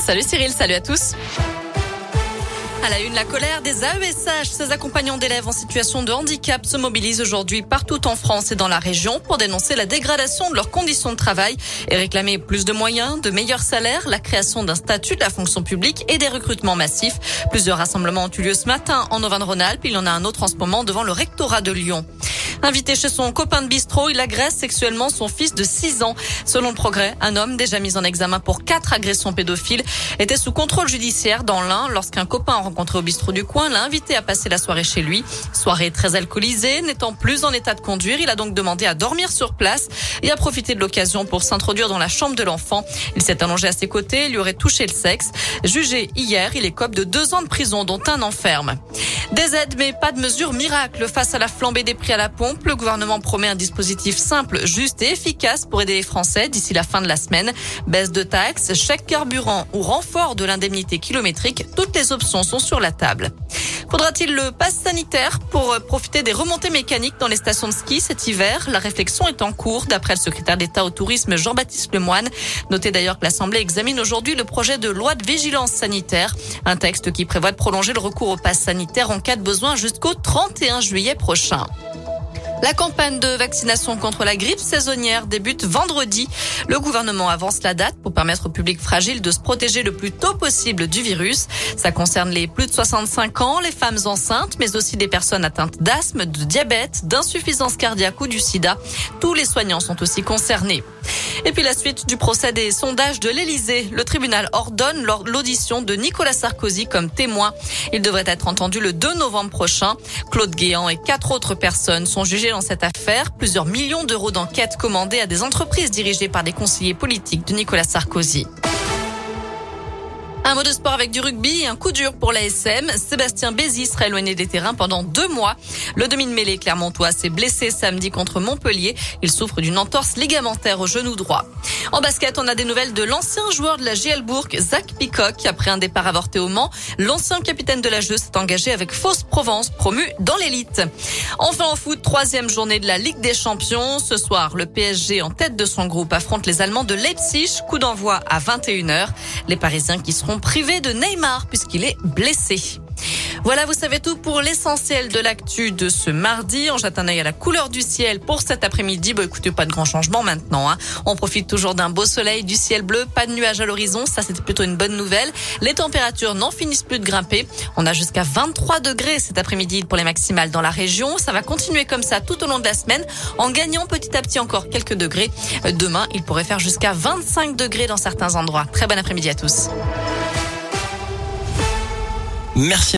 Salut Cyril, salut à tous. À la une, la colère des AESH. Ces accompagnants d'élèves en situation de handicap se mobilisent aujourd'hui partout en France et dans la région pour dénoncer la dégradation de leurs conditions de travail et réclamer plus de moyens, de meilleurs salaires, la création d'un statut de la fonction publique et des recrutements massifs. Plusieurs rassemblements ont eu lieu ce matin en Auvergne-Rhône-Alpes. Il y en a un autre en ce moment devant le rectorat de Lyon. Invité chez son copain de bistrot, il agresse sexuellement son fils de 6 ans. Selon le Progrès, un homme déjà mis en examen pour 4 agressions pédophiles était sous contrôle judiciaire dans l'Ain lorsqu'un copain rencontré au bistrot du coin l'a invité à passer la soirée chez lui. Soirée très alcoolisée, n'étant plus en état de conduire, il a donc demandé à dormir sur place et a profité de l'occasion pour s'introduire dans la chambre de l'enfant. Il s'est allongé à ses côtés et lui aurait touché le sexe. Jugé hier, il écope de 2 ans de prison, dont 1 an ferme. Des aides, mais pas de mesures miracles face à la flambée des prix à la pompe. Le gouvernement promet un dispositif simple, juste et efficace pour aider les Français d'ici la fin de la semaine. Baisse de taxes, chèque carburant ou renfort de l'indemnité kilométrique, toutes les options sont sur la table. Faudra-t-il le pass sanitaire pour profiter des remontées mécaniques dans les stations de ski cet hiver? La réflexion est en cours, d'après le secrétaire d'État au tourisme Jean-Baptiste Lemoyne. Notez d'ailleurs que l'Assemblée examine aujourd'hui le projet de loi de vigilance sanitaire, un texte qui prévoit de prolonger le recours au pass sanitaire en cas de besoin jusqu'au 31 juillet prochain. La campagne de vaccination contre la grippe saisonnière débute vendredi. Le gouvernement avance la date pour permettre au public fragile de se protéger le plus tôt possible du virus. Ça concerne les plus de 65 ans, les femmes enceintes, mais aussi des personnes atteintes d'asthme, de diabète, d'insuffisance cardiaque ou du sida. Tous les soignants sont aussi concernés. Et puis la suite du procès des sondages de l'Élysée. Le tribunal ordonne l'audition de Nicolas Sarkozy comme témoin. Il devrait être entendu le 2 novembre prochain. Claude Guéant et 4 autres personnes sont jugées dans cette affaire. Plusieurs millions d'euros d'enquête commandés à des entreprises dirigées par des conseillers politiques de Nicolas Sarkozy. Un mot de sport avec du rugby et un coup dur pour l'ASM. Sébastien Bézi sera éloigné des terrains pendant 2 mois. Le demi de mêlée clermontois s'est blessé samedi contre Montpellier. Il souffre d'une entorse ligamentaire au genou droit. En basket, on a des nouvelles de l'ancien joueur de la JL Bourg, Zach Picoc. Après un départ avorté au Mans, l'ancien capitaine de la Jeu s'est engagé avec Fos-Provence, promu dans l'élite. Enfin en foot, 3e journée de la Ligue des Champions. Ce soir, le PSG en tête de son groupe affronte les Allemands de Leipzig. Coup d'envoi à 21h. Les Parisiens qui seront privés de Neymar puisqu'il est blessé. Voilà, vous savez tout pour l'essentiel de l'actu de ce mardi. On jette un œil à la couleur du ciel pour cet après-midi. Écoutez, pas de grand changement maintenant. On profite toujours d'un beau soleil, du ciel bleu, pas de nuages à l'horizon. Ça, c'était plutôt une bonne nouvelle. Les températures n'en finissent plus de grimper. On a jusqu'à 23 degrés cet après-midi pour les maximales dans la région. Ça va continuer comme ça tout au long de la semaine en gagnant petit à petit encore quelques degrés. Demain, il pourrait faire jusqu'à 25 degrés dans certains endroits. Très bon après-midi à tous. Merci.